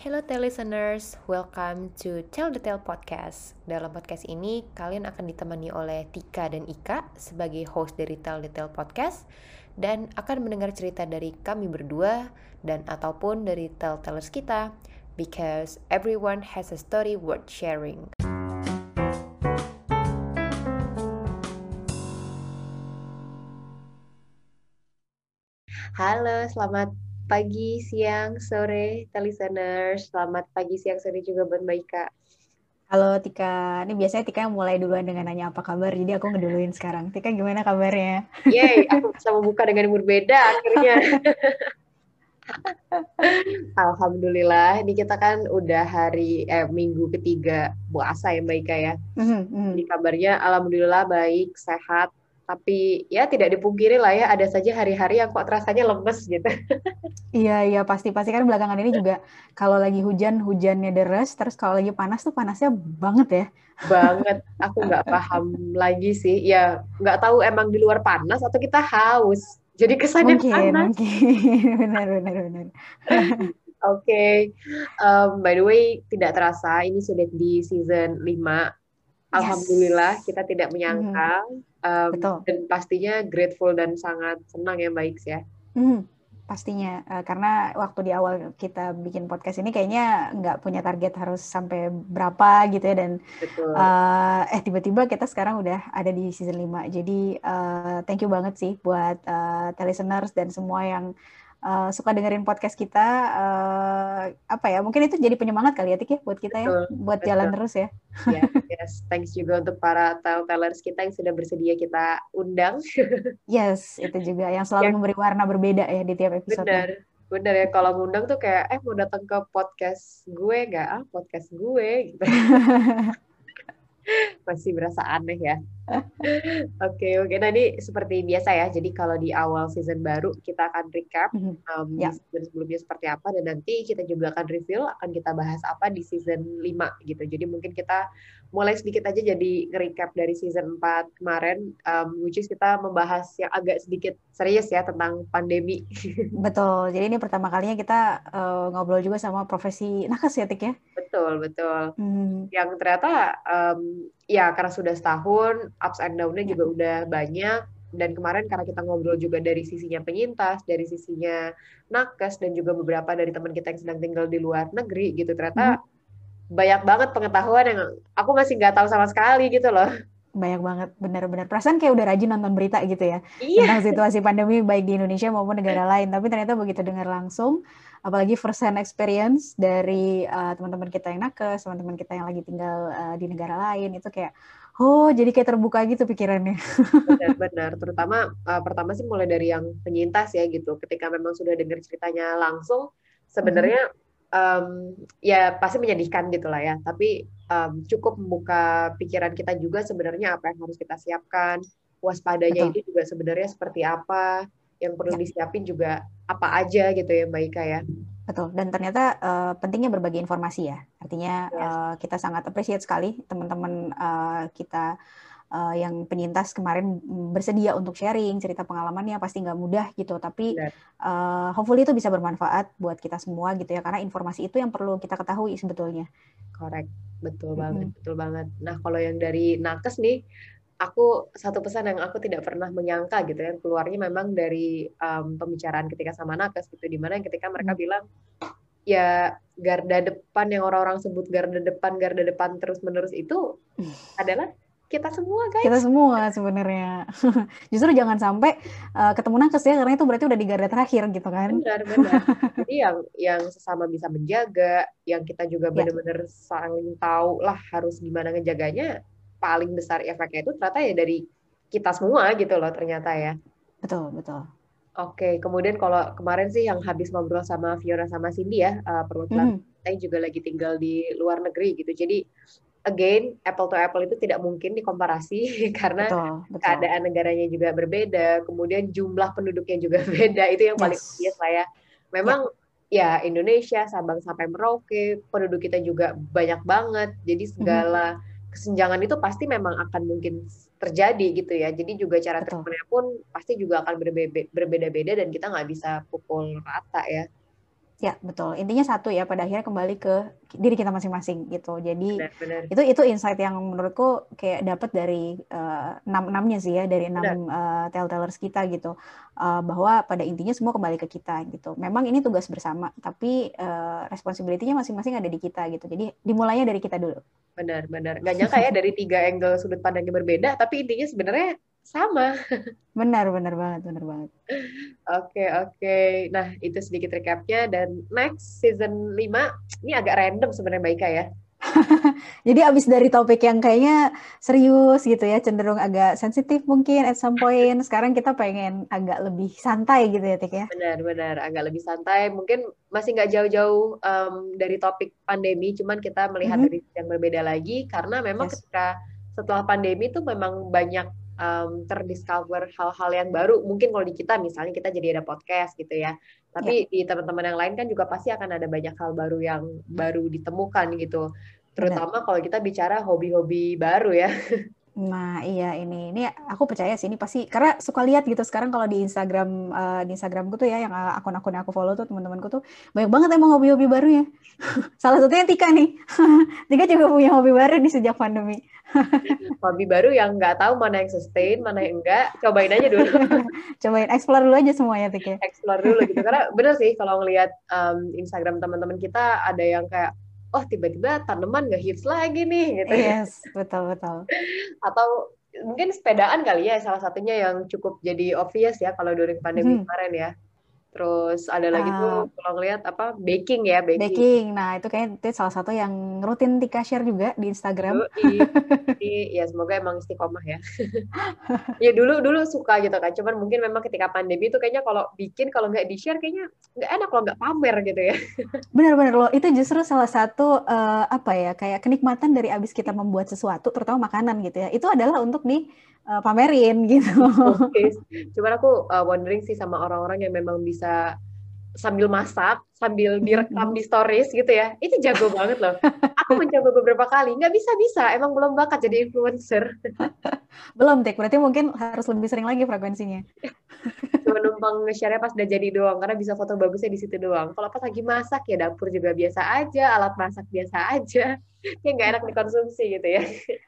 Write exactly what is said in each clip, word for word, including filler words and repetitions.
Hello listeners, welcome to Tell the Tale Podcast. Dalam podcast ini, kalian akan ditemani oleh Tika dan Ika sebagai host dari Tell the Tale Podcast dan akan mendengar cerita dari kami berdua dan ataupun dari telltellers kita, because everyone has a story worth sharing. Halo, selamat pagi, siang, sore, listeners. Selamat pagi, siang, sore juga buat Mbak Ika. Halo Tika, ini biasanya Tika yang mulai duluan dengan nanya apa kabar, jadi aku ngeduluin sekarang. Tika gimana kabarnya? Yeay, aku bisa membuka dengan yang berbeda akhirnya. Alhamdulillah, ini kita kan udah hari eh, minggu ketiga puasa ya Mbak Ika ya. Mm-hmm. Jadi kabarnya alhamdulillah baik, sehat. Tapi ya tidak dipungkiri lah ya, ada saja hari-hari yang kok rasanya lemes gitu. Iya, iya pasti-pasti kan belakangan ini juga kalau lagi hujan, hujannya deres, terus kalau lagi panas tuh panasnya banget ya. Banget, aku nggak paham lagi sih. Ya nggak tahu emang di luar panas atau kita haus. Jadi kesannya Mungkin, panas. mungkin. Benar, benar, benar. Oke, okay. um, by the way, tidak terasa ini sudah di season lima. Alhamdulillah, Yes. kita tidak Mm-hmm. menyangka. Um, Betul. dan pastinya grateful dan sangat senang ya Mbak Iks ya. Mm, pastinya, uh, karena waktu di awal kita bikin podcast ini kayaknya nggak punya target harus sampai berapa gitu ya, dan Betul. uh, eh tiba-tiba kita sekarang udah ada di season lima. Jadi uh, thank you banget sih buat uh, listeners dan semua yang uh, suka dengerin podcast kita. Uh, apa ya, mungkin itu jadi penyemangat kali ya Tik ya buat kita. Betul, ya, buat betul. jalan terus ya. Yes, yes. Thanks juga untuk para telltellers kita yang sudah bersedia kita undang. Yes, itu juga yang selalu Yang memberi warna berbeda ya di tiap episode. benar, benar ya. Kalau ngundang tuh kayak, eh mau datang ke podcast gue nggak? Ah, podcast gue gitu. Masih berasa aneh ya. Oke, oke. Nah, ini seperti biasa ya. Jadi kalau di awal season baru kita akan recap um, Ya. di season sebelumnya seperti apa, dan nanti kita juga akan reveal akan kita bahas apa di season lima gitu. Jadi mungkin kita mulai sedikit aja jadi nge-recap dari season empat kemarin, um, which is kita membahas yang agak sedikit serius ya tentang pandemi. Betul. Jadi ini pertama kalinya kita uh, ngobrol juga sama profesi nakes ya, Tik ya? Betul, betul. Hmm. Yang ternyata um, ya karena sudah setahun, ups and down-nya Ya. juga udah banyak. Dan kemarin karena kita ngobrol juga dari sisinya penyintas, dari sisinya nakes, dan juga beberapa dari teman kita yang sedang tinggal di luar negeri gitu. Ternyata Hmm. banyak banget pengetahuan yang aku masih nggak tahu sama sekali gitu loh. Banyak banget, benar-benar. Perasaan kayak udah rajin nonton berita gitu ya. Iya. Tentang situasi pandemi baik di Indonesia maupun negara lain. Tapi ternyata begitu dengar langsung, apalagi first hand experience dari uh, teman-teman kita yang nakes, teman-teman kita yang lagi tinggal uh, di negara lain, itu kayak, oh jadi kayak terbuka gitu pikirannya. Benar-benar. Terutama uh, pertama sih mulai dari yang penyintas ya gitu. Ketika memang sudah dengar ceritanya langsung, sebenarnya um, ya pasti menyedihkan gitu lah ya. Tapi um, cukup membuka pikiran kita juga sebenarnya apa yang harus kita siapkan. Waspadanya Betul. itu juga sebenarnya seperti apa. Yang perlu Ya. disiapin juga apa aja gitu ya Mbak Ika ya. Betul, dan ternyata uh, pentingnya berbagi informasi ya. Artinya Yes. uh, kita sangat appreciate sekali teman-teman uh, kita uh, yang penyintas kemarin bersedia untuk sharing cerita pengalamannya. Pasti nggak mudah gitu, tapi uh, hopefully itu bisa bermanfaat buat kita semua gitu ya, karena informasi itu yang perlu kita ketahui sebetulnya. Correct, betul banget, Mm-hmm. betul banget. Nah kalau yang dari nakes nih, aku satu pesan yang aku tidak pernah menyangka gitu ya, keluarnya memang dari um, pembicaraan ketika sama nakes gitu, dimana ketika mereka hmm. bilang ya garda depan yang orang-orang sebut garda depan garda depan terus menerus itu adalah kita semua guys. Kita semua sebenarnya. Justru jangan sampai uh, ketemu nakes ya, karena itu berarti udah di garda terakhir gitu kan. Benar, benar. Jadi yang yang sesama bisa menjaga, yang kita juga benar-benar ya. Saling tahu lah harus gimana ngejaganya, paling besar efeknya itu ternyata ya dari kita semua gitu loh ternyata ya. Betul, betul. Oke, kemudian kalau kemarin sih yang habis ngobrol sama Fiona sama Cindy ya, uh, perwakilan mm-hmm. saya juga lagi tinggal di luar negeri gitu. Jadi again, apple to apple itu tidak mungkin dikomparasi karena betul, betul. keadaan negaranya juga berbeda, kemudian jumlah penduduknya juga beda. Itu yang paling obvious yes. lah ya. Memang yeah. ya Indonesia, Sabang sampai Merauke, penduduk kita juga banyak banget. Jadi segala mm-hmm. kesenjangan itu pasti memang akan mungkin terjadi gitu ya. Jadi juga cara treatmentnya pun pasti juga akan berbeda-beda dan kita nggak bisa pukul rata ya. Ya, betul. Intinya satu ya, pada akhirnya kembali ke diri kita masing-masing gitu. Jadi Benar, benar. itu itu insight yang menurutku kayak dapat dari uh, enam-enamnya sih ya, dari enam uh, telltellers kita gitu. Uh, bahwa pada intinya semua kembali ke kita gitu. Memang ini tugas bersama, tapi uh, responsibility-nya masing-masing ada di kita gitu. Jadi dimulainya dari kita dulu. Benar, benar. Gak nyangka ya dari tiga angle sudut pandangnya berbeda, tapi intinya sebenarnya sama. Benar, benar banget, benar banget. Oke, oke. Nah, itu sedikit recapnya. Dan next, season lima, ini agak random sebenarnya Mbak Ika ya. Jadi abis dari topik yang kayaknya serius gitu ya, cenderung agak sensitif mungkin at some point, sekarang kita pengen agak lebih santai gitu ya, Tik ya? Benar-benar, agak lebih santai. Mungkin masih nggak jauh-jauh um, dari topik pandemi, cuman kita melihat Mm-hmm. dari yang berbeda lagi, karena memang Yes. ketika setelah pandemi itu memang banyak um, terdiscover hal-hal yang baru. Mungkin kalau di kita, misalnya kita jadi ada podcast gitu ya. Tapi yeah. di teman-teman yang lain kan juga pasti akan ada banyak hal baru yang baru ditemukan gitu. Terutama Benar. Kalau kita bicara hobi-hobi baru ya. Nah iya ini ini aku percaya sih ini pasti karena suka lihat gitu sekarang kalau di Instagram uh, di Instagramku tuh ya yang akun-akun aku follow tuh teman-temanku tuh banyak banget emang hobi-hobi barunya. Salah satunya Tika nih. Tika juga punya hobi baru di sejak pandemi. Hobi baru yang nggak tahu mana yang sustain, mana yang enggak, cobain aja dulu. Cobain explore dulu aja semuanya Tika. Explore dulu gitu karena bener sih kalau ngelihat um, Instagram teman-teman kita ada yang kayak oh tiba-tiba tanaman nggak hits lagi nih gitu. Yes, betul betul. Atau mungkin sepedaan kali ya salah satunya yang cukup jadi obvious ya kalau during pandemi hmm. kemarin ya. Terus ada lagi uh, tuh kalau ngelihat apa baking ya baking. Baking, nah itu kayaknya itu salah satu yang rutin Tika share juga di Instagram. Iya, semoga emang istiqomah ya. Ya dulu dulu suka gitu kan, cuman mungkin memang ketika pandemi itu kayaknya kalau bikin kalau nggak di share kayaknya nggak enak kalau nggak pamer gitu ya. Benar-benar loh, itu justru salah satu uh, apa ya kayak kenikmatan dari abis kita membuat sesuatu, terutama makanan gitu ya. Itu adalah untuk di uh, pamerin gitu. Oke, cuman aku uh, wondering sih sama orang-orang yang memang bisa sambil masak, sambil direkam di stories gitu ya. Itu jago banget loh. Aku mencoba beberapa kali, nggak bisa-bisa. Emang belum bakat jadi influencer. Belum, Tik. Berarti mungkin harus lebih sering lagi frekuensinya. Cuma numpang nge-share-nya pas udah jadi doang, karena bisa foto bagusnya di situ doang. Kalau pas lagi masak, ya dapur juga biasa aja, alat masak biasa aja. Kayak nggak enak dikonsumsi gitu ya.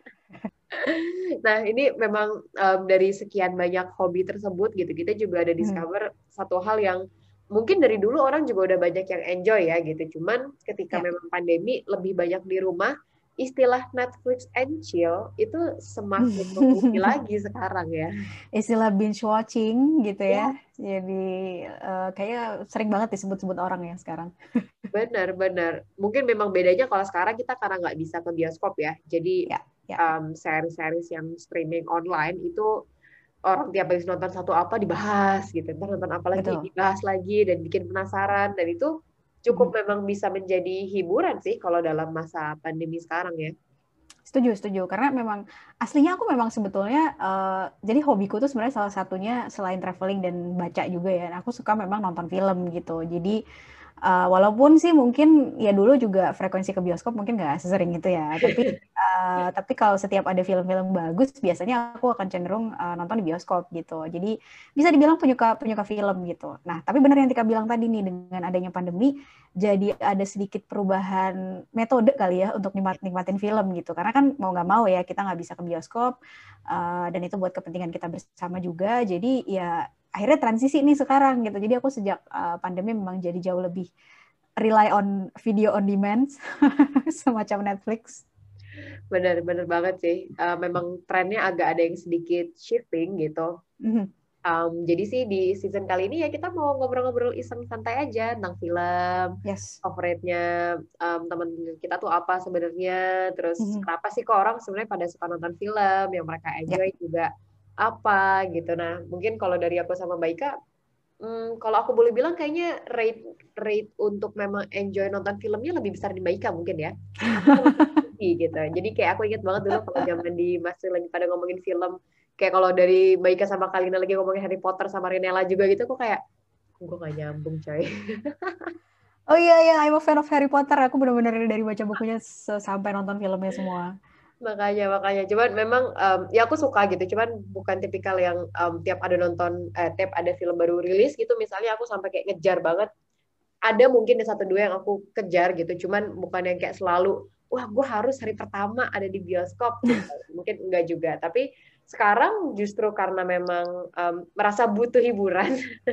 Nah, ini memang um, dari sekian banyak hobi tersebut gitu, kita juga ada discover hmm. satu hal yang mungkin dari dulu orang juga udah banyak yang enjoy ya gitu. Cuman ketika ya. memang pandemi lebih banyak di rumah, istilah Netflix and chill itu semakin memiliki lagi sekarang ya. Istilah binge watching gitu ya. ya. Jadi uh, kayaknya sering banget disebut-sebut orang ya sekarang. Benar-benar. Mungkin memang bedanya kalau sekarang kita karena nggak bisa ke bioskop ya. Jadi ya, ya. Um, series-series yang streaming online itu orang tiap habis nonton satu apa dibahas gitu, ntar nonton apa lagi Betul. dibahas lagi dan bikin penasaran, dan itu cukup hmm. memang bisa menjadi hiburan sih kalau dalam masa pandemi sekarang ya. Setuju, setuju. Karena memang aslinya aku memang sebetulnya uh, jadi hobiku tuh sebenarnya salah satunya selain traveling dan baca juga ya. Aku suka memang nonton film gitu. Jadi Uh, walaupun sih mungkin ya dulu juga frekuensi ke bioskop mungkin nggak sesering itu ya, tapi uh, tapi kalau setiap ada film-film bagus biasanya aku akan cenderung uh, nonton di bioskop gitu. Jadi bisa dibilang penyuka penyuka film gitu. Nah tapi benar yang Tika bilang tadi nih, dengan adanya pandemi jadi ada sedikit perubahan metode kali ya untuk nikmat nikmatin film gitu. Karena kan mau nggak mau ya kita nggak bisa ke bioskop uh, dan itu buat kepentingan kita bersama juga. Jadi ya akhirnya transisi nih sekarang gitu. Jadi aku sejak uh, pandemi memang jadi jauh lebih rely on video on demand semacam Netflix. Bener, bener banget sih. Uh, memang trennya agak ada yang sedikit shifting gitu. Mm-hmm. Um, jadi sih di season kali ini ya kita mau ngobrol-ngobrol iseng santai aja tentang film, yes. favoritnya um, teman kita tuh apa sebenarnya, terus mm-hmm. kenapa sih kok orang sebenarnya pada suka nonton film yang mereka enjoy yeah. juga apa gitu. Nah mungkin kalau dari aku sama Mbak Ika, hmm, kalau aku boleh bilang kayaknya rate rate untuk memang enjoy nonton filmnya lebih besar di Mbak Ika mungkin ya. Gitu. Jadi kayak aku ingat banget dulu kalau zaman di masih lagi pada ngomongin film, kayak kalau dari Mbak Ika sama Kalina lagi ngomongin Harry Potter sama Renella juga gitu, aku kayak gue gak nyambung coy. Oh iya iya, I'm a fan of Harry Potter. Aku benar-benar dari baca bukunya sampai nonton filmnya semua. Makanya, makanya. Cuman memang, um, ya aku suka gitu. Cuman bukan tipikal yang um, tiap ada nonton, eh, tiap ada film baru rilis gitu. Misalnya aku sampai kayak ngejar banget. ada mungkin satu dua yang aku kejar gitu, cuman bukan yang kayak selalu wah gue harus hari pertama ada di bioskop gitu. Mungkin enggak juga, tapi sekarang justru karena memang um, merasa butuh hiburan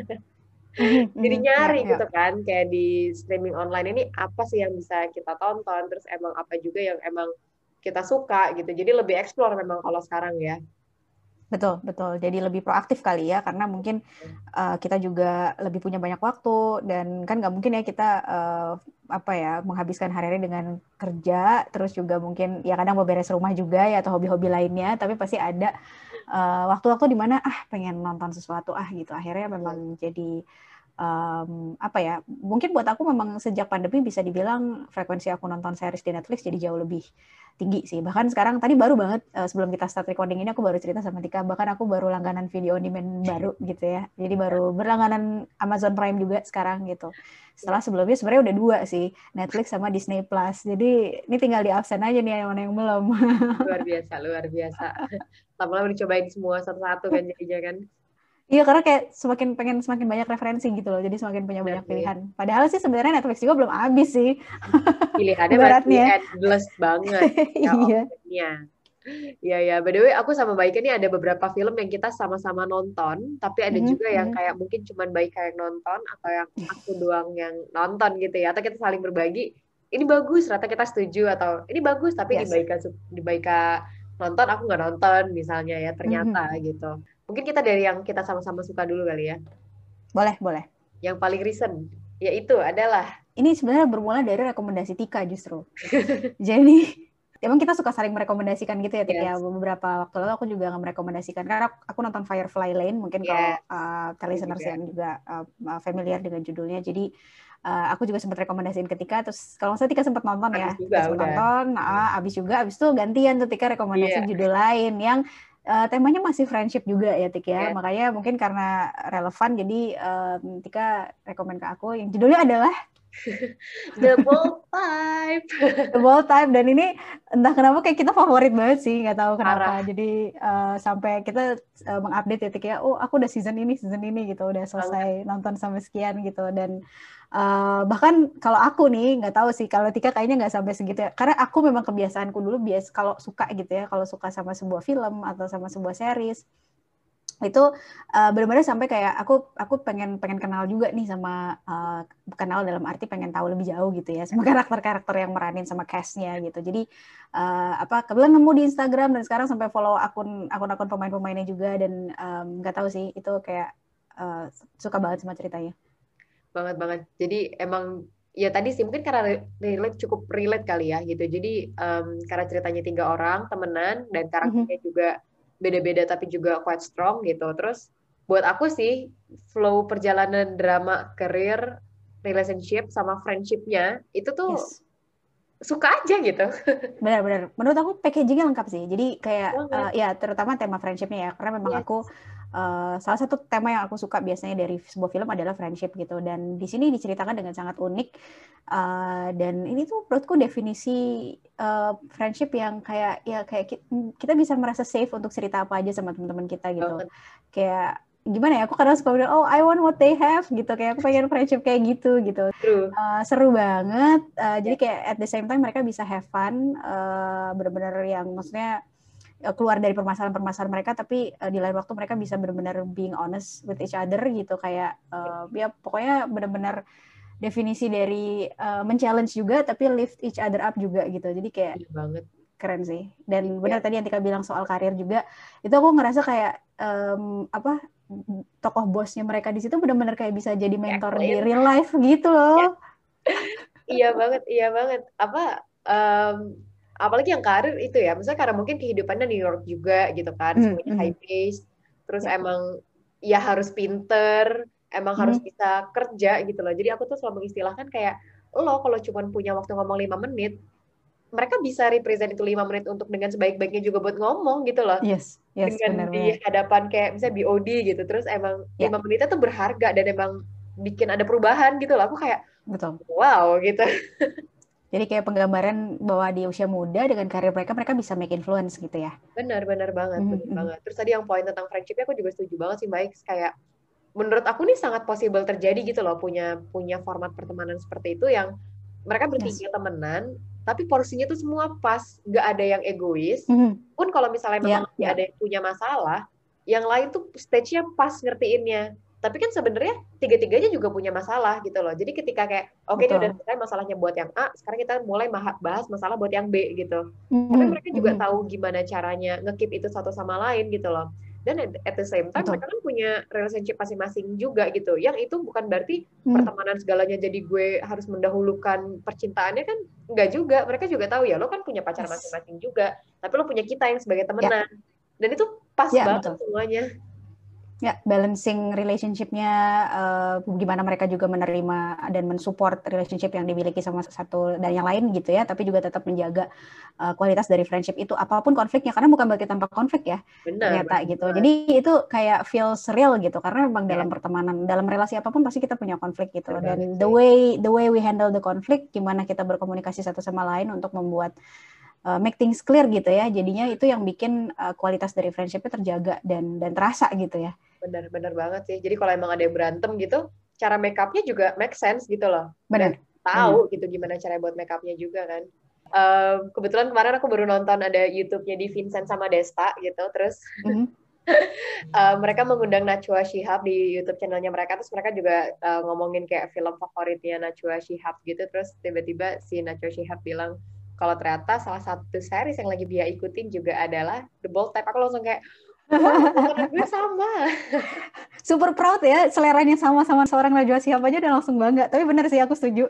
jadi nyari yeah, yeah. gitu kan, kayak di streaming online ini apa sih yang bisa kita tonton, terus emang apa juga yang emang kita suka gitu, jadi lebih explore memang kalau sekarang ya. Betul, betul. Jadi lebih proaktif kali ya, karena mungkin uh, kita juga lebih punya banyak waktu, dan kan nggak mungkin ya kita uh, apa ya menghabiskan hari-hari dengan kerja, terus juga mungkin ya kadang beberes rumah juga ya, atau hobi-hobi lainnya, tapi pasti ada uh, waktu-waktu di mana ah pengen nonton sesuatu ah gitu. Akhirnya memang jadi um, apa ya, mungkin buat aku memang sejak pandemi bisa dibilang frekuensi aku nonton series di Netflix jadi jauh lebih tinggi sih. Bahkan sekarang tadi baru banget uh, sebelum kita start recording ini aku baru cerita sama Tika, bahkan aku baru langganan video on demand baru gitu ya. Jadi baru berlangganan Amazon Prime juga sekarang gitu. Setelah sebelumnya sebenarnya udah dua sih, Netflix sama Disney Plus. Jadi ini tinggal di absen aja nih yang mana yang belum. Luar biasa, luar biasa. Lama-lama dicobain semua satu-satu kan jadinya kan. Iya, karena kayak semakin pengen semakin banyak referensi gitu loh, jadi semakin punya banyak pilihan. Padahal sih sebenarnya Netflix juga belum habis sih. Pilihannya masih endless banget. Ya optionnya. Iya, ya. By the way, aku sama Baika nih ada beberapa film yang kita sama-sama nonton, tapi ada mm-hmm, juga yang mm-hmm. kayak mungkin cuma Baika yang nonton, atau yang aku doang yang nonton gitu ya. Atau kita saling berbagi, ini bagus, ternyata kita setuju, atau ini bagus, tapi yes. di Baika di Baika nonton, aku nggak nonton, misalnya ya, ternyata mm-hmm. gitu. Mungkin kita dari yang kita sama-sama suka dulu kali ya. Boleh, boleh. Yang paling recent, yaitu adalah... Ini sebenarnya bermula dari rekomendasi Tika justru. Jadi, emang kita suka saling merekomendasikan gitu ya, Tika. Yes. Beberapa waktu lalu aku juga merekomendasikan. Karena aku nonton Firefly Lane, mungkin yeah. kalau uh, listeners yang juga uh, familiar dengan judulnya. Jadi, uh, aku juga sempat rekomendasiin ke Tika. Terus, kalau nggak salah Tika sempat nonton abis ya. Juga, sempat nonton, uh, abis juga, abis itu gantian tuh Tika rekomendasi yeah. judul lain yang Uh, temanya masih friendship juga ya Tik ya, yeah. makanya mungkin karena relevan jadi uh, Tika rekomen ke aku yang judulnya adalah The Bold Type. The Bold Type, dan ini entah kenapa kayak kita favorit banget sih, nggak tahu kenapa. Parah. Jadi uh, sampai kita uh, mengupdate ya Tik ya, oh aku udah season ini season ini gitu, udah selesai Banget. nonton sampai sekian gitu. Dan Uh, bahkan kalau aku nih nggak tahu sih, kalau Tika kayaknya nggak sampai segitu ya, karena aku memang kebiasaanku dulu bias kalau suka gitu ya, kalau suka sama sebuah film atau sama sebuah series itu uh, benar-benar sampai kayak aku aku pengen pengen kenal juga nih sama uh, kenal dalam arti pengen tahu lebih jauh gitu ya sama karakter-karakter yang meranin sama cast-nya gitu. Jadi uh, apa kebetulan nemu di Instagram dan sekarang sampai follow akun akun-akun pemain-pemainnya juga, dan nggak um, tahu sih itu kayak uh, suka banget sama ceritanya. Banget banget. Jadi emang ya tadi sih mungkin karena relate cukup relate kali ya gitu. Jadi um, karena ceritanya tiga orang temenan dan karakternya mm-hmm. juga beda-beda tapi juga quite strong gitu. Terus buat aku sih flow perjalanan drama, career, relationship sama friendship-nya itu tuh yes. suka aja gitu. Benar-benar. Menurut aku packagingnya lengkap sih. Jadi kayak uh, ya terutama tema friendship-nya ya, karena memang yes. aku Uh, salah satu tema yang aku suka biasanya dari sebuah film adalah friendship gitu, dan di sini diceritakan dengan sangat unik uh, dan ini tuh menurutku definisi uh, friendship yang kayak ya kayak kita bisa merasa safe untuk cerita apa aja sama teman-teman kita gitu. Oh. Kayak gimana ya, aku kadang suka bilang oh I want what they have gitu, kayak aku pengen friendship kayak gitu gitu. Uh, seru banget. Uh, jadi kayak at the same time mereka bisa have fun, uh, benar-benar yang maksudnya keluar dari permasalahan-permasalahan mereka, tapi uh, di lain waktu mereka bisa benar-benar being honest with each other gitu, kayak uh, ya pokoknya benar-benar definisi dari uh, men-challenge juga tapi lift each other up juga gitu. Jadi kayak iya banget. Keren sih. Dan benar yeah. tadi yang Tika bilang soal karir juga, itu aku ngerasa kayak um, apa tokoh bosnya mereka di situ benar-benar kayak bisa jadi mentor yeah, di real life gitu loh. Yeah. Iya banget, iya banget. Apa um, apalagi yang karir itu ya, misalnya karena mungkin kehidupannya New York juga gitu kan, semuanya mm, high pace, terus yeah. emang ya harus pinter, emang mm. harus bisa kerja gitu loh. Jadi aku tuh selalu mengistilahkan kayak lo kalau cuma punya waktu ngomong lima menit, mereka bisa represent itu lima menit untuk dengan sebaik-baiknya juga buat ngomong gitu loh. Yes, yes, dengan benar, di benar. Hadapan kayak misalnya B O D gitu, terus emang yeah. lima menitnya tuh berharga dan emang bikin ada perubahan gitu loh. Aku kayak betul. Wow gitu. Jadi kayak penggambaran bahwa di usia muda dengan karir mereka, mereka bisa make influence gitu ya. Benar, benar banget, mm-hmm. benar banget. Terus tadi yang poin tentang friendship-nya aku juga setuju banget sih, Mike. Kayak menurut aku nih sangat possible terjadi gitu loh, punya punya format pertemanan seperti itu yang mereka bertiga Yes. temenan, tapi porsinya tuh semua pas, nggak ada yang egois. Mm-hmm. Pun kalau misalnya memang Ya, lagi ya. ada yang punya masalah, yang lain tuh stage-nya pas ngertiinnya. Tapi kan sebenarnya tiga-tiganya juga punya masalah gitu loh. Jadi ketika kayak, oke ini udah Betul. selesai masalahnya buat yang A, sekarang kita mulai bahas masalah buat yang B gitu. Tapi Mm-hmm. mereka juga Mm-hmm. tahu gimana caranya nge-keep itu satu sama lain gitu loh. Dan at the same time Betul. mereka kan punya relationship masing-masing juga gitu. Yang itu bukan berarti Mm. pertemanan segalanya jadi gue harus mendahulukan percintaannya kan. Enggak juga. Mereka juga tahu ya lo kan punya pacar Yes. masing-masing juga. Tapi lo punya kita yang sebagai Ya. temenan. Dan itu pas Ya, banget betul. semuanya. Ya, balancing relationship-nya, uh, gimana mereka juga menerima dan mensupport relationship yang dimiliki sama satu dan yang lain gitu ya, tapi juga tetap menjaga uh, kualitas dari friendship itu, apapun konfliknya, karena bukan berarti tanpa konflik ya, Benar, ternyata benar gitu. banget. Jadi itu kayak feels real gitu, karena memang Ya. dalam pertemanan, dalam relasi apapun pasti kita punya konflik gitu, Benar dan banget the sih. way the way we handle the conflict, gimana kita berkomunikasi satu sama lain untuk membuat Uh, make things clear gitu ya, jadinya itu yang bikin uh, kualitas dari friendship-nya terjaga dan dan terasa gitu ya. Benar, benar banget sih. Jadi kalau emang ada yang berantem gitu, cara make up-nya juga make sense gitu loh. Benar. Dan tahu benar. Gitu gimana cara buat make up-nya juga kan. Um, kebetulan kemarin aku baru nonton ada YouTube-nya di Vincent sama Desta gitu, terus mm-hmm. uh, mereka mengundang Najwa Shihab di YouTube channelnya mereka, terus mereka juga uh, ngomongin kayak film favoritnya Najwa Shihab gitu, terus tiba-tiba si Najwa Shihab bilang kalau ternyata salah satu series yang lagi dia ikutin juga adalah The Bold Type. Aku langsung kayak, wow, tontonan gue sama. Super proud ya, seleranya sama-sama seorang Najwa Shihab aja udah langsung bangga. Tapi bener sih, aku setuju.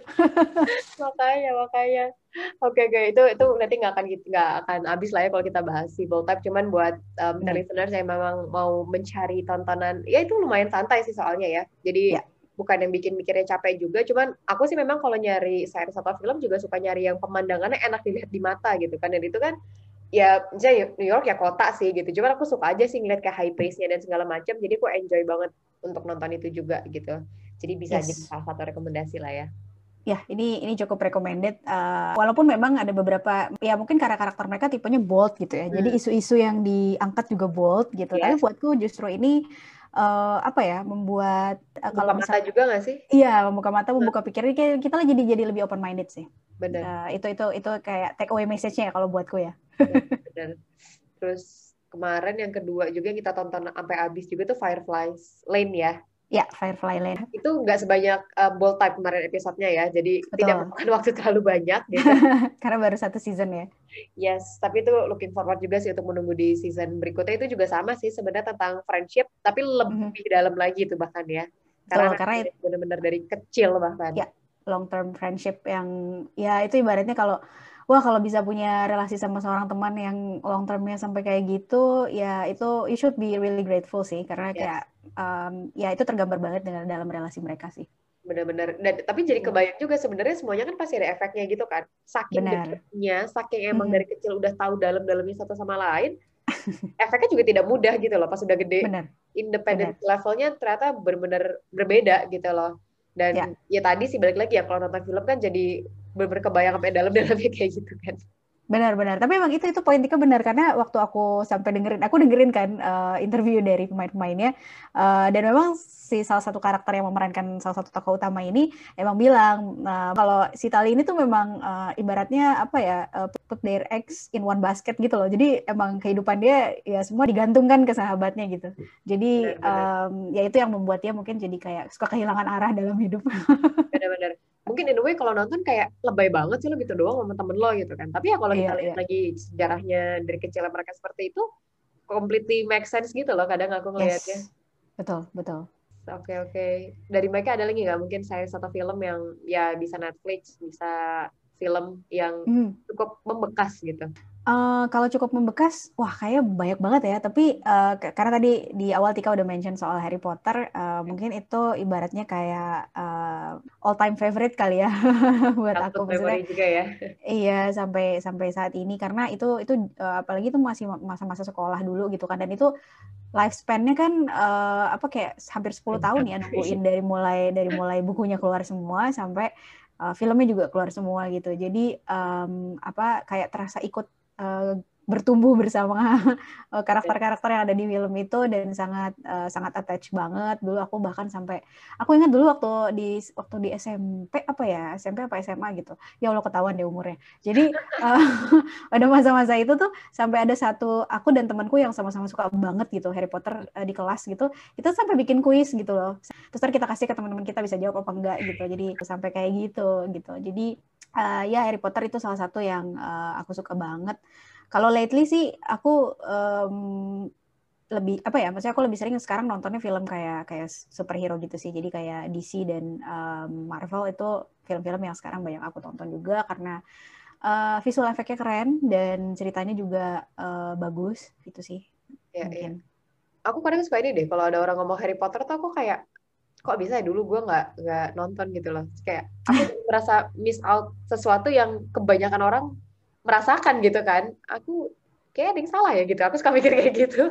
makanya, makanya. Oke, oke. Itu itu nanti nggak akan nggak akan habis lah ya kalau kita bahas si Bold Type. Cuman buat um, hmm. listeners yang memang mau mencari tontonan, ya itu lumayan santai sih soalnya ya. Jadi ya. Bukan yang bikin mikirnya capek juga, cuman aku sih memang kalau nyari series atau film juga suka nyari yang pemandangannya enak dilihat di mata gitu kan, dan itu kan ya misalnya New York ya kota sih gitu, cuman aku suka aja sih ngeliat kayak high pace-nya dan segala macam, jadi aku enjoy banget untuk nonton itu juga gitu, jadi bisa yes. jadi salah satu rekomendasi lah ya. Ya, ini ini cukup recommended. Uh, walaupun memang ada beberapa, ya mungkin karakter mereka tipenya bold gitu ya. Hmm. Jadi isu-isu yang diangkat juga bold gitu. Yes. Tapi buatku justru ini uh, apa ya, membuat uh, kalau mata misal, juga nggak sih? Iya, membuka mata, membuka pikiran. Kayak kita jadi jadi lebih open minded sih. Benar. Uh, itu itu itu kayak take away message-nya ya kalau buatku ya. Benar. Terus kemarin yang kedua juga yang kita tonton sampai habis juga tuh Fireflies Lane ya. Ya, Firefly Lane. Itu nggak sebanyak uh, Bold Type kemarin episodenya ya, jadi betul. Tidak memakan waktu terlalu banyak gitu. Karena baru satu season ya. Yes, tapi itu looking forward juga sih untuk menunggu di season berikutnya. Itu juga sama sih sebenarnya tentang friendship, tapi lebih mm-hmm. dalam lagi itu bahkan ya. Karena, betul, karena benar-benar dari kecil bahkan. Ya, long term friendship yang ya itu ibaratnya kalau wah kalau bisa punya relasi sama seorang teman yang long termnya sampai kayak gitu, ya itu you should be really grateful sih, karena yes. kayak um, ya itu tergambar banget dengan dalam relasi mereka sih. Benar-benar. Dan tapi jadi kebayang juga sebenarnya semuanya kan pasti ada efeknya gitu kan. Saking dekatnya, saking emang hmm. dari kecil udah tahu dalam-dalamnya satu sama lain, efeknya juga tidak mudah gitu loh pas udah gede. Benar. Independent Benar. Levelnya ternyata benar-benar berbeda gitu loh. Dan ya. ya tadi sih balik lagi ya kalau nonton film kan jadi benar-benar kebayang sampai dalam-dalamnya kayak gitu kan. Benar-benar, tapi memang itu itu poin Tika benar, karena waktu aku sampai dengerin, aku dengerin kan uh, interview dari pemain-pemainnya, uh, dan memang si salah satu karakter yang memerankan salah satu tokoh utama ini emang bilang uh, kalau si Tali ini tuh memang uh, ibaratnya apa ya, uh, put their eggs in one basket gitu loh, jadi emang kehidupan dia ya semua digantungkan ke sahabatnya gitu, jadi um, ya itu yang membuat dia mungkin jadi kayak suka kehilangan arah dalam hidup. Benar-benar. Mungkin in a way kalau nonton kayak lebay banget sih lo gitu doang sama temen lo gitu kan. Tapi ya kalau kita yeah, lihat yeah. lagi sejarahnya dari kecil mereka seperti itu, completely make sense gitu loh kadang aku ngelihatnya. Yes. Betul, betul. Oke, okay, oke. Okay. Dari mereka ada lagi nggak mungkin saya satu film yang ya bisa Netflix, bisa film yang mm. cukup membekas gitu? Uh, kalau cukup membekas, wah kayaknya banyak banget ya. Tapi uh, k- karena tadi di awal Tika udah mention soal Harry Potter, uh, mungkin itu ibaratnya kayak uh, all time favorite kali ya buat aku. Maksudnya juga ya. Iya, sampai sampai saat ini, karena itu itu uh, apalagi itu masih masa-masa sekolah dulu gitu kan, dan itu lifespan-nya kan uh, apa kayak hampir sepuluh tahun ya nungguin dari mulai dari mulai bukunya keluar semua sampai uh, filmnya juga keluar semua gitu. Jadi um, apa kayak terasa ikut Uh, bertumbuh bersama karakter-karakter yang ada di film itu dan sangat uh, sangat attach banget. Dulu aku bahkan sampai aku ingat dulu waktu di waktu di S M P apa ya S M P apa S M A gitu. Ya Allah ketahuan deh umurnya. Jadi uh, pada masa-masa itu tuh sampai ada satu aku dan temanku yang sama-sama suka banget gitu Harry Potter uh, di kelas gitu. Kita sampai bikin kuis gitu loh. Terus ntar kita kasih ke teman-teman kita bisa jawab apa enggak gitu. Jadi sampai kayak gitu gitu. Jadi uh, ya Harry Potter itu salah satu yang uh, aku suka banget. Kalau lately sih aku um, lebih apa ya, maksudnya aku lebih sering sekarang nontonnya film kayak kayak superhero gitu sih. Jadi kayak D C dan um, Marvel itu film-film yang sekarang banyak aku tonton juga karena uh, visual efeknya keren dan ceritanya juga uh, bagus gitu sih. Ya, mungkin. Ya. Aku kadang suka ini deh kalau ada orang ngomong Harry Potter tuh aku kayak kok bisa ya dulu gue nggak nggak nonton gitu loh. Kayak aku merasa miss out sesuatu yang kebanyakan orang merasakan gitu kan. Aku kayak ada yang salah ya gitu. Aku suka mikir kayak gitu.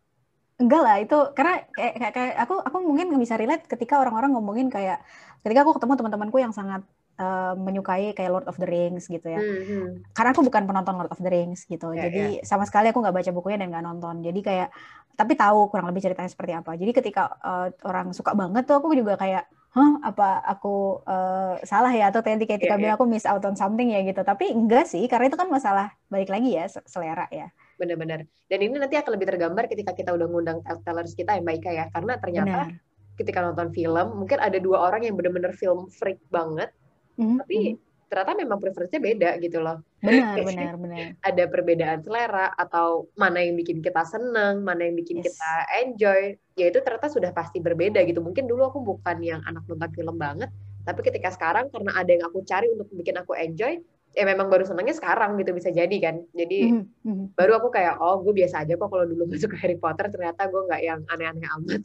Enggak lah itu karena kayak, kayak, kayak aku aku mungkin nggak bisa relate ketika orang-orang ngomongin kayak ketika aku ketemu teman-temanku yang sangat uh, menyukai kayak Lord of the Rings gitu ya. Hmm. Karena aku bukan penonton Lord of the Rings gitu. Ya, Jadi ya. sama sekali aku nggak baca bukunya dan nggak nonton. Jadi kayak tapi tahu kurang lebih ceritanya seperti apa. Jadi ketika uh, orang suka banget tuh aku juga kayak hah apa aku uh, salah ya atau tadi kayak Tika Ya, ya. bilang aku miss out on something ya gitu. Tapi enggak sih karena itu kan masalah balik lagi ya selera ya. Benar-benar. Dan ini nanti akan lebih tergambar ketika kita udah ngundang tellers kita yang Mbak Ika ya. Karena ternyata Benar. ketika nonton film, mungkin ada dua orang yang benar-benar film freak banget. Mm-hmm. Tapi ternyata memang preferensinya beda gitu loh. Benar, benar, benar. Ada perbedaan selera atau mana yang bikin kita seneng, mana yang bikin yes. kita enjoy. Ya itu ternyata sudah pasti berbeda gitu. Mungkin dulu aku bukan yang anak nonton film banget. Tapi ketika sekarang karena ada yang aku cari untuk bikin aku enjoy, ya memang baru senangnya sekarang gitu bisa jadi kan. Jadi mm-hmm. baru aku kayak oh gue biasa aja kok kalau dulu masuk ke Harry Potter ternyata gue nggak yang aneh-aneh amat.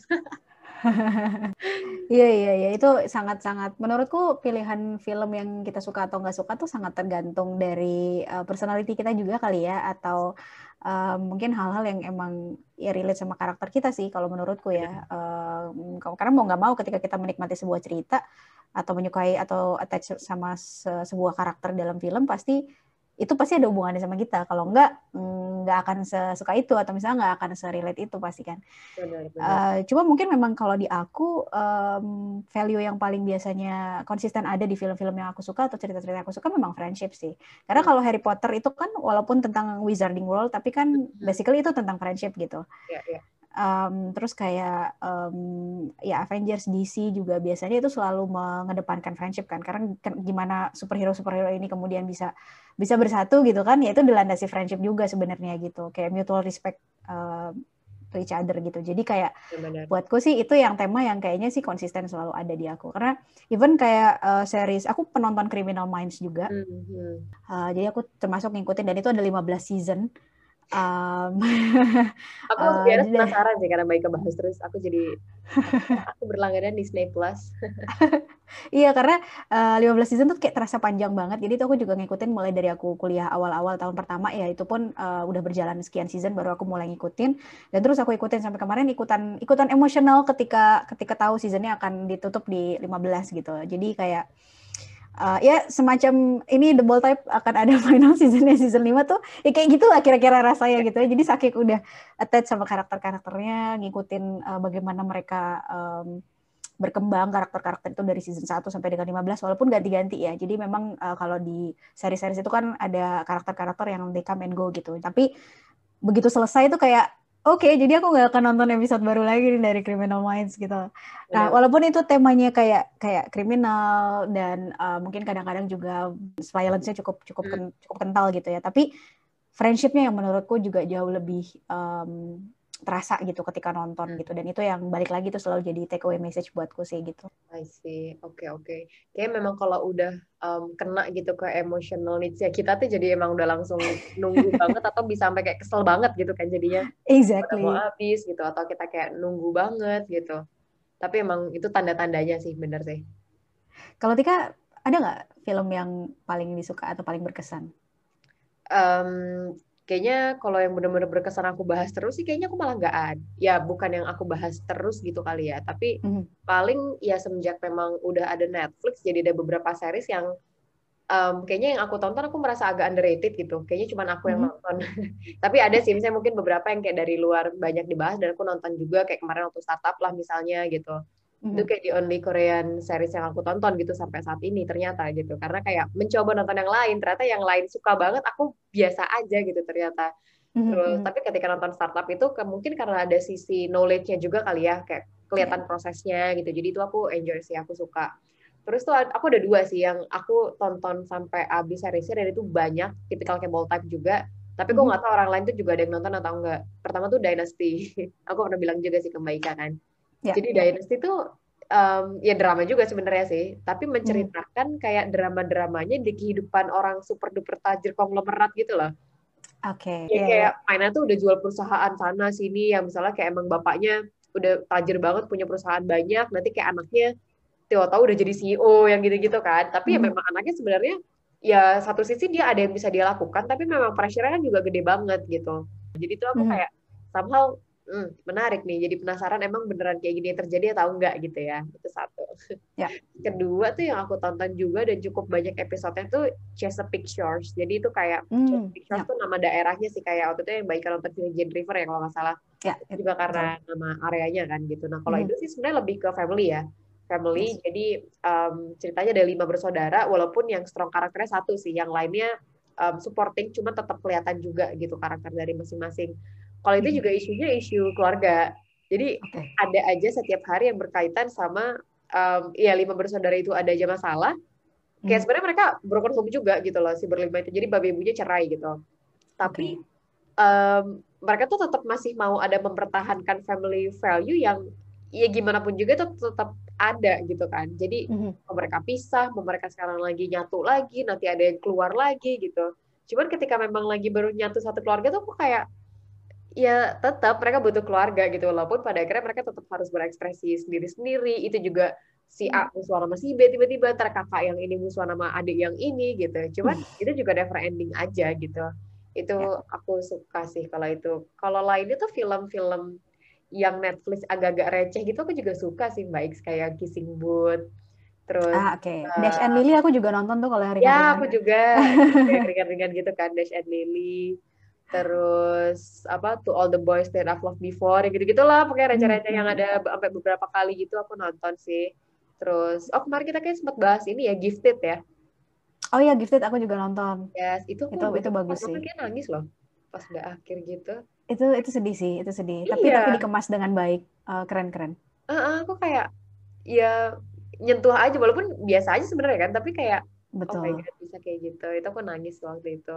Iya iya iya itu sangat-sangat menurutku pilihan film yang kita suka atau nggak suka tuh sangat tergantung dari uh, personality kita juga kali ya atau uh, mungkin hal-hal yang emang ya relate sama karakter kita sih kalau menurutku ya. Uh, karena mau nggak mau ketika kita menikmati sebuah cerita atau menyukai atau attach sama se- sebuah karakter dalam film pasti itu pasti ada hubungannya sama kita. Kalau enggak, nggak akan sesuka itu atau misalnya nggak akan se-relate itu pasti kan. Benar, benar. Uh, cuma mungkin memang kalau di aku um, value yang paling biasanya konsisten ada di film-film yang aku suka atau cerita-cerita yang aku suka memang friendship sih. Karena hmm. kalau Harry Potter itu kan walaupun tentang Wizarding World tapi kan hmm. basically itu tentang friendship gitu. Yeah, yeah. Um, terus kayak um, ya Avengers D C juga biasanya itu selalu mengedepankan friendship kan karena gimana superhero-superhero ini kemudian bisa bisa bersatu gitu kan ya itu dilandasi friendship juga sebenarnya gitu kayak mutual respect uh, to each other gitu jadi kayak Benar. Buatku sih itu yang tema yang kayaknya sih konsisten selalu ada di aku karena even kayak uh, series aku penonton Criminal Minds juga mm-hmm. uh, jadi aku termasuk ngikutin dan itu ada lima belas season. Um, aku uh, biasa penasaran sih karena Mbak Ika bahas terus aku jadi aku berlangganan Disney Plus. Iya karena uh, lima belas season tuh kayak terasa panjang banget jadi tuh aku juga ngikutin mulai dari aku kuliah awal-awal tahun pertama ya itu pun uh, udah berjalan sekian season baru aku mulai ngikutin dan terus aku ikutin sampai kemarin ikutan ikutan emosional ketika ketika tahu seasonnya akan ditutup di lima belas gitu jadi kayak Uh, ya semacam ini The Bold Type akan ada final seasonnya season lima tuh ya kayak gitu lah kira-kira rasanya gitu ya jadi saking udah attach sama karakter-karakternya ngikutin uh, bagaimana mereka um, berkembang karakter-karakter itu dari season satu sampai dengan lima belas walaupun ganti-ganti ya jadi memang uh, kalau di seri-seri itu kan ada karakter-karakter yang they come and go gitu tapi begitu selesai itu kayak oke, okay, jadi aku nggak akan nonton episode baru lagi nih dari Criminal Minds gitu. Nah, yeah. walaupun itu temanya kayak kayak kriminal dan uh, mungkin kadang-kadang juga violence-nya cukup cukup hmm. cukup kental gitu ya. Tapi friendship-nya yang menurutku juga jauh lebih um, terasa gitu ketika nonton hmm. gitu. Dan itu yang balik lagi tuh selalu jadi take away message buatku sih gitu. I see, oke okay, oke. Okay. Kayaknya memang kalau udah um, kena gitu ke emotional needs ya kita tuh jadi emang udah langsung nunggu banget atau bisa sampai kayak kesel banget gitu kan jadinya. Exactly. Udah mau habis gitu atau kita kayak nunggu banget gitu. Tapi emang itu tanda-tandanya sih bener sih. Kalau Tika ada nggak film yang paling disuka atau paling berkesan? Um, kayaknya kalau yang benar-benar berkesan aku bahas terus sih kayaknya aku malah nggak ada. Ya bukan yang aku bahas terus gitu kali ya. Tapi mm-hmm. paling ya semenjak memang udah ada Netflix jadi ada beberapa series yang um, kayaknya yang aku tonton aku merasa agak underrated gitu. Kayaknya cuma aku yang Mm-hmm. nonton. Tapi ada sih misalnya mungkin beberapa yang kayak dari luar banyak dibahas dan aku nonton juga kayak kemarin waktu Startup lah misalnya gitu. Itu Mm-hmm. kayak the only Korean series yang aku tonton gitu sampai saat ini ternyata gitu. Karena kayak mencoba nonton yang lain, ternyata yang lain suka banget, aku biasa aja gitu ternyata. Terus Mm-hmm. tapi ketika nonton Startup itu ke, mungkin karena ada sisi knowledge-nya juga kali ya, kayak Yeah. kelihatan prosesnya gitu. Jadi itu aku enjoy sih, aku suka. Terus tuh aku ada dua sih yang aku tonton sampai habis seriesnya dan itu banyak, tipikal kayak ball type juga. Tapi gue Mm-hmm. nggak tahu orang lain tuh juga ada yang nonton atau enggak. Pertama tuh Dynasty. Aku pernah bilang juga sih ke Mbak Ika kan. Yeah. Jadi Yeah. Dynasty tuh um, ya drama juga sebenarnya sih, tapi Mm-hmm. menceritakan kayak drama-dramanya di kehidupan orang super duper tajir konglomerat gitu loh. Oke. Ya Yeah, kayak yeah. mainnya tuh udah jual perusahaan sana sini, yang misalnya kayak emang bapaknya udah tajir banget punya perusahaan banyak, nanti kayak anaknya tahu-tahu udah jadi C E O yang gitu-gitu kan. Tapi ya Mm-hmm. memang anaknya sebenarnya ya satu sisi dia ada yang bisa dia lakukan, tapi memang pressure-nya kan juga gede banget gitu. Jadi tuh aku Mm-hmm. kayak somehow hmm, menarik nih. Jadi penasaran emang beneran kayak gini terjadi atau enggak gitu ya. Itu satu. Yeah. Kedua tuh yang aku tonton juga dan cukup banyak episodenya tuh Chesapeake Shores. Jadi itu kayak Mm, Chesapeake Shores yeah. tuh nama daerahnya sih, kayak waktu itu yang baik nonton film Jane River ya kalau nggak salah. Yeah, Itu juga karena betul. nama areanya kan gitu. Nah kalau Mm-hmm. itu sih sebenarnya lebih ke family ya. Family, Yes. jadi um, ceritanya ada lima bersaudara, walaupun yang strong karakternya satu sih, yang lainnya um, supporting, cuma tetap kelihatan juga gitu karakter dari masing-masing. Kalau itu Mm-hmm. juga isunya isu keluarga. Jadi Okay. ada aja setiap hari yang berkaitan sama um, ya lima bersaudara itu ada aja masalah. Kayak Mm-hmm. sebenarnya mereka broken home juga gitu loh si berlima itu. Jadi babi ibunya cerai gitu. Tapi Okay. um, mereka tuh tetap masih mau ada mempertahankan family value yang ya gimana pun juga itu tetap ada gitu kan. Jadi Mm-hmm. mau mereka pisah, mau mereka sekarang lagi nyatu lagi, nanti ada yang keluar lagi gitu. Cuman ketika memang lagi baru nyatu satu keluarga tuh aku kayak ya tetap mereka butuh keluarga gitu, walaupun pada akhirnya mereka tetap harus berekspresi sendiri-sendiri. Itu juga si A musuhan sama si B, tiba-tiba ntar kakak yang ini musuhan sama adik yang ini gitu. Cuman itu juga never ending aja gitu. Itu Yeah. aku suka sih kalau itu. Kalau lainnya tuh film-film yang Netflix agak-agak receh gitu aku juga suka sih Mbak X, kayak Kissing Booth. Terus Ah, oke. Okay. uh, Dash and Lily aku juga nonton tuh kalau yang ya ringan-ringan. aku juga kayak ringan-ringan gitu kan, Dash and Lily. Terus apa To All the Boys That I've Loved Before, gitu-gitulah pokoknya receh-receh yang ada sampai beberapa kali gitu aku nonton sih. Terus oh kemarin kita kayak sempat bahas ini ya, Gifted ya. Oh iya, Gifted aku juga nonton. Yes, itu aku itu itu itu bagus pas sih. kayak nangis loh pas udah akhir gitu. Itu itu sedih sih, itu sedih. Iya. Tapi tapi dikemas dengan baik, uh, keren-keren. Uh, aku kayak ya nyentuh aja walaupun biasa aja sebenarnya kan, tapi kayak Betul. oh my god bisa kayak gitu. Itu aku nangis waktu itu.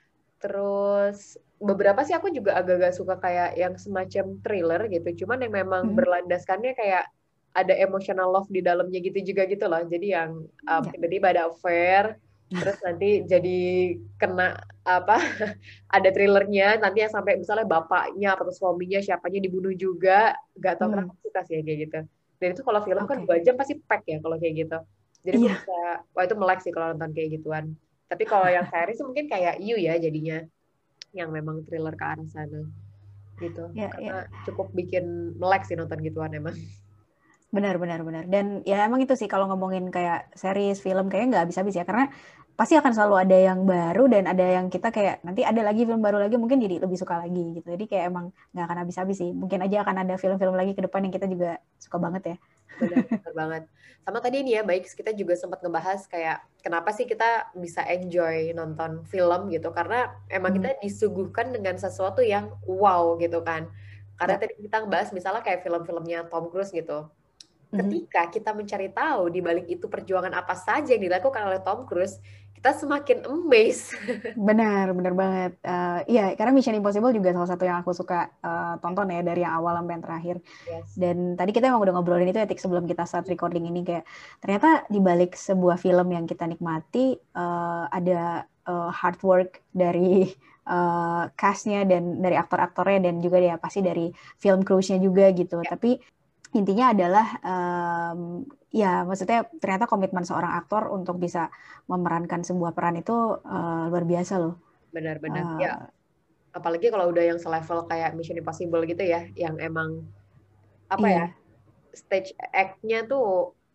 Terus beberapa sih aku juga agak-agak suka kayak yang semacam thriller gitu, cuman yang memang mm-hmm. berlandaskannya kayak ada emotional love di dalamnya gitu juga gitu loh. Jadi yang um, yeah. tiba-tiba ada affair, terus nanti jadi kena apa ada thrillernya nanti yang sampai misalnya bapaknya atau suaminya siapanya dibunuh juga, nggak tahu hmm. kenapa suka sih kayak gitu. Dan itu kalau film okay. kan dua jam pasti pack ya kalau kayak gitu. Jadi yeah. gue bisa, wah itu melek sih kalau nonton kayak gituan. Tapi kalau yang series mungkin kayak You ya jadinya, yang memang thriller ke arah sana gitu. Yeah, karena yeah. cukup bikin melek sih nonton gituan emang. Benar, benar, benar. Dan ya emang itu sih kalau ngomongin kayak series, film kayaknya nggak habis-habis ya. Karena pasti akan selalu ada yang baru dan ada yang kita kayak nanti ada lagi film baru lagi mungkin jadi lebih suka lagi gitu. Jadi kayak emang nggak akan habis-habis sih. Mungkin aja akan ada film-film lagi ke depan yang kita juga suka banget ya. Benar, benar banget. Sama tadi nih ya, baik kita juga sempat ngebahas kayak kenapa sih kita bisa enjoy nonton film gitu. Karena emang hmm. kita disuguhkan dengan sesuatu yang wow gitu kan. Karena ya. Tadi kita ngebahas misalnya kayak film-filmnya Tom Cruise gitu. Ketika kita mencari tahu di balik itu perjuangan apa saja yang dilakukan oleh Tom Cruise, kita semakin amazed. Benar, benar banget. Uh, iya, karena Mission Impossible juga salah satu yang aku suka uh, tonton ya dari yang awal sampai yang terakhir. Yes. Dan tadi kita emang udah ngobrolin itu etik sebelum kita start recording ini kayak ternyata di balik sebuah film yang kita nikmati uh, ada uh, hard work dari uh, cast-nya dan dari aktor-aktornya dan juga ya pasti dari film crew-nya juga gitu. Yeah. Tapi intinya adalah um, ya maksudnya ternyata komitmen seorang aktor untuk bisa memerankan sebuah peran itu uh, luar biasa loh. Benar-benar uh, ya. Apalagi kalau udah yang selevel kayak Mission Impossible gitu ya, yang emang apa iya. ya stage act-nya tuh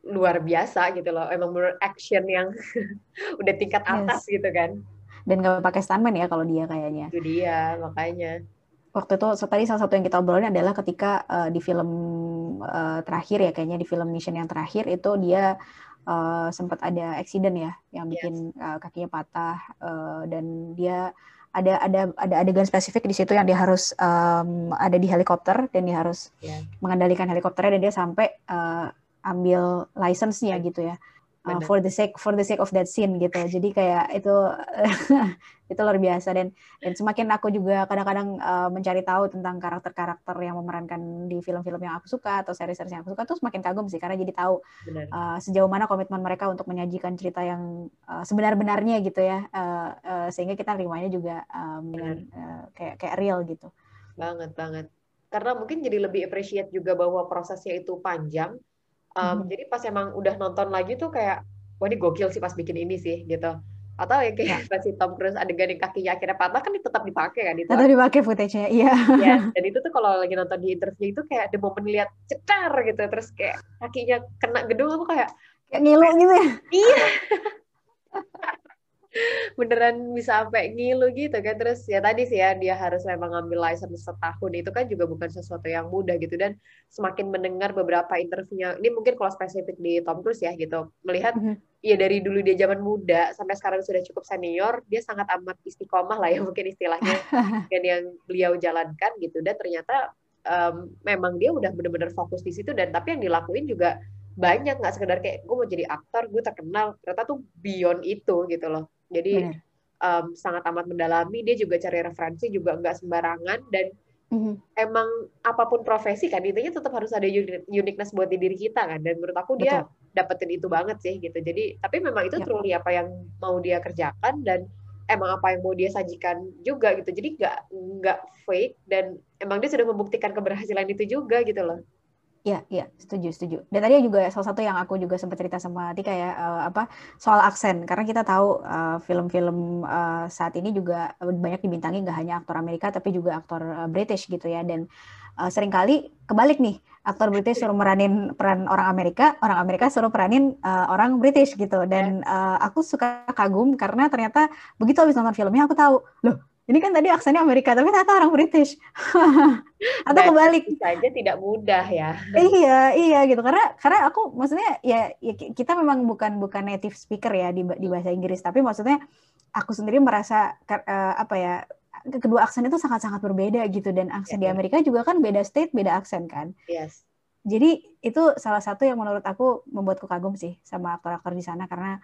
luar biasa gitu loh. Emang bener action yang udah tingkat atas yes. gitu kan. Dan nggak pakai stuntman ya kalau dia kayaknya. Itu dia, makanya. Waktu itu tadi salah satu yang kita obrolin adalah ketika uh, di film uh, terakhir ya, kayaknya di film Mission yang terakhir itu dia uh, sempat ada accident ya yang bikin yes. uh, kakinya patah uh, dan dia ada ada ada adegan spesifik di situ yang dia harus um, ada di helikopter dan dia harus yeah. mengendalikan helikopternya dan dia sampai uh, ambil license-nya yeah. gitu ya. Uh, for the sake for the sake of that scene gitu. Jadi kayak itu itu luar biasa dan dan semakin aku juga kadang-kadang uh, mencari tahu tentang karakter-karakter yang memerankan di film-film yang aku suka atau seri-seri yang aku suka tuh semakin kagum sih karena jadi tahu uh, sejauh mana komitmen mereka untuk menyajikan cerita yang uh, sebenar-benarnya gitu ya. Uh, uh, sehingga kita nerimanya juga um, dengan uh, kayak kayak real gitu. Banget banget. Karena mungkin jadi lebih appreciate juga bahwa prosesnya itu panjang. Um, hmm. Jadi pas emang udah nonton lagi tuh kayak, wah ini gokil sih pas bikin ini sih gitu. Atau ya kayak ya. Si Tom Cruise adegan yang kakinya akhirnya patah kan tetap dipakai kan itu. Tetap dipakai footage-nya, iya. Ya, dan itu tuh kalau lagi nonton di interview itu kayak the moment lihat cetar gitu, terus kayak kakinya kena gedung aku kayak kayak ngilu gitu ya. Iya. Beneran bisa sampai ngilu gitu kan. Terus ya tadi sih ya dia harus memang ngambil license setahun itu kan juga bukan sesuatu yang mudah gitu. Dan semakin mendengar beberapa interviewnya, ini mungkin kalau spesifik di Tom Cruise ya gitu, melihat mm-hmm. ya dari dulu dia zaman muda sampai sekarang sudah cukup senior, dia sangat amat istiqomah lah ya mungkin istilahnya dan yang beliau jalankan gitu. Dan ternyata um, memang dia udah bener-bener fokus di situ, dan tapi yang dilakuin juga banyak, nggak sekedar kayak gue mau jadi aktor, gue terkenal, ternyata tuh beyond itu gitu loh. Jadi um, sangat amat mendalami, dia juga cari referensi juga nggak sembarangan, dan mm-hmm. emang apapun profesi kan, intinya tetap harus ada uniqueness buat di diri kita kan, dan menurut aku dia Betul. dapetin itu banget sih gitu. Jadi tapi memang itu ya. truly apa yang mau dia kerjakan, dan emang apa yang mau dia sajikan juga gitu. Jadi nggak nggak fake, dan emang dia sudah membuktikan keberhasilan itu juga gitu loh. Iya, iya, setuju, setuju. Dan tadi juga salah satu yang aku juga sempat cerita sama Tika ya, uh, apa soal aksen. Karena kita tahu uh, film-film uh, saat ini juga banyak dibintangi nggak hanya aktor Amerika, tapi juga aktor uh, British gitu ya. Dan uh, seringkali kebalik nih, aktor British suruh meranin peran orang Amerika, orang Amerika suruh peranin uh, orang British gitu. Dan uh, aku suka kagum karena ternyata begitu habis nonton filmnya aku tahu, loh, ini kan tadi aksennya Amerika, tapi ternyata orang British. Atau dan kebalik. Saja tidak mudah ya. Iya, iya gitu. Karena karena aku maksudnya ya, ya kita memang bukan bukan native speaker ya di, di bahasa Inggris, tapi maksudnya aku sendiri merasa uh, apa ya, kedua aksen itu sangat-sangat berbeda gitu, dan aksen yeah. di Amerika juga kan beda state, beda aksen kan. Yes. Jadi itu salah satu yang menurut aku membuatku kagum sih sama aktor-aktor di sana, karena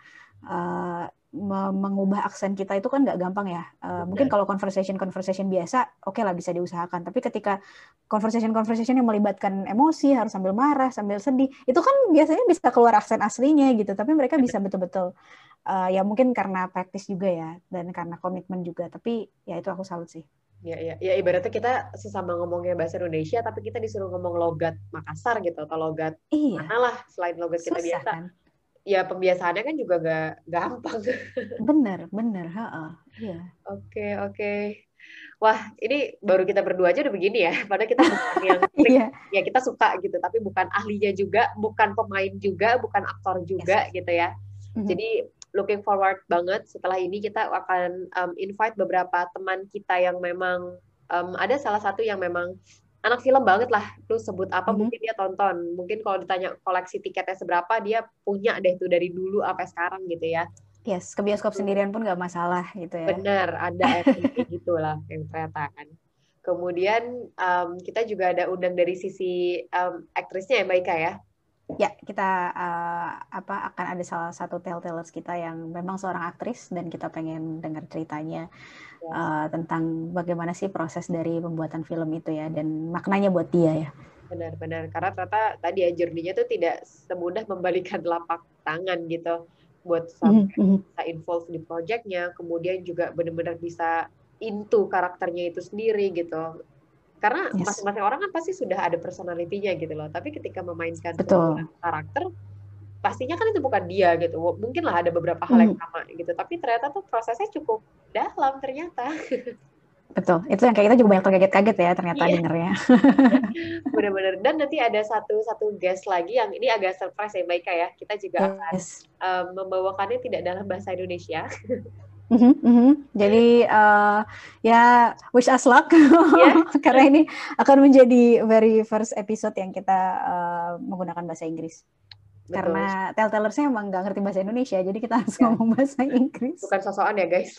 uh, mengubah aksen kita itu kan nggak gampang ya. Uh, mungkin kalau conversation conversation biasa, oke okay lah bisa diusahakan. Tapi ketika conversation conversation yang melibatkan emosi, harus sambil marah, sambil sedih, itu kan biasanya bisa keluar aksen aslinya gitu. Tapi mereka bisa betul-betul, uh, ya mungkin karena praktis juga ya, dan karena komitmen juga. Tapi ya itu aku salut sih. Ya, ya, ya ibaratnya kita sesama ngomongnya bahasa Indonesia, tapi kita disuruh ngomong logat Makassar gitu, atau logat iya. mana lah selain logat kita Susah, biasa. Kan? Ya pembiasaannya kan juga gak gampang. Bener, bener. Ha-ha. Iya. Oke, oke. Wah, ini baru kita berdua aja udah begini ya. Padahal kita bukan yang iya. ya kita suka gitu, tapi bukan ahlinya juga, bukan pemain juga, bukan aktor juga yes. gitu ya. Mm-hmm. Jadi looking forward banget setelah ini kita akan um, invite beberapa teman kita yang memang um, ada salah satu yang memang anak film banget lah, lu sebut apa mm-hmm. mungkin dia tonton, mungkin kalau ditanya koleksi tiketnya seberapa dia punya deh tuh dari dulu sampai sekarang gitu ya. Yes, ke bioskop sendirian pun nggak masalah gitu ya. Bener, ada kayak gitulah yang ternyata kan. Kemudian um, kita juga ada undang dari sisi um, aktrisnya ya Mbak Ika ya. Ya, kita uh, apa akan ada salah satu telltales kita yang memang seorang aktris, dan kita pengen dengar ceritanya ya. uh, tentang bagaimana sih proses dari pembuatan film itu ya, dan maknanya buat dia ya. Benar-benar, karena ternyata tadi ya journey-nya tuh tidak semudah membalikan telapak tangan gitu buat sampai mm-hmm. bisa involve di project-nya, kemudian juga benar-benar bisa into karakternya itu sendiri gitu. Karena yes. masing-masing orang kan pasti sudah ada personality-nya gitu loh. Tapi ketika memainkan karakter, pastinya kan itu bukan dia gitu. Mungkin lah ada beberapa hal yang sama gitu. Tapi ternyata tuh prosesnya cukup dalam ternyata. Betul, itu yang kayak kita juga banyak terkaget-kaget ya ternyata Iya. dengernya. Bener-bener. Dan nanti ada satu satu guest lagi yang ini agak surprise ya Mbak Ika ya. Kita juga akan Yes. um, membawakannya tidak dalam bahasa Indonesia. Mm-hmm, mm-hmm. Jadi uh, ya wish us luck Yeah. karena ini akan menjadi very first episode yang kita uh, menggunakan bahasa Inggris. Betul. Karena telltalersnya emang nggak ngerti bahasa Indonesia, jadi kita harus yeah. ngomong bahasa Inggris. Bukan sosokan ya guys.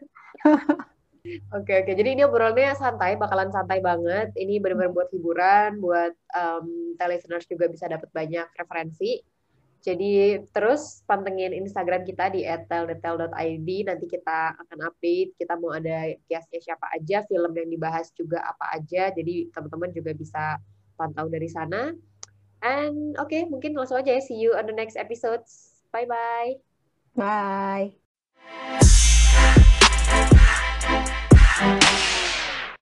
Oke oke, jadi ini obrolannya santai, bakalan santai banget. Ini benar-benar buat hiburan, buat um, listeners juga bisa dapat banyak referensi. Jadi terus pantengin Instagram kita di at tell the tell dot i d. Nanti kita akan update, kita mau ada guestnya siapa aja, film yang dibahas juga apa aja. Jadi teman-teman juga bisa pantau dari sana. And oke, okay, mungkin langsung aja ya. See you on the next episodes. Bye-bye. Bye. Bye.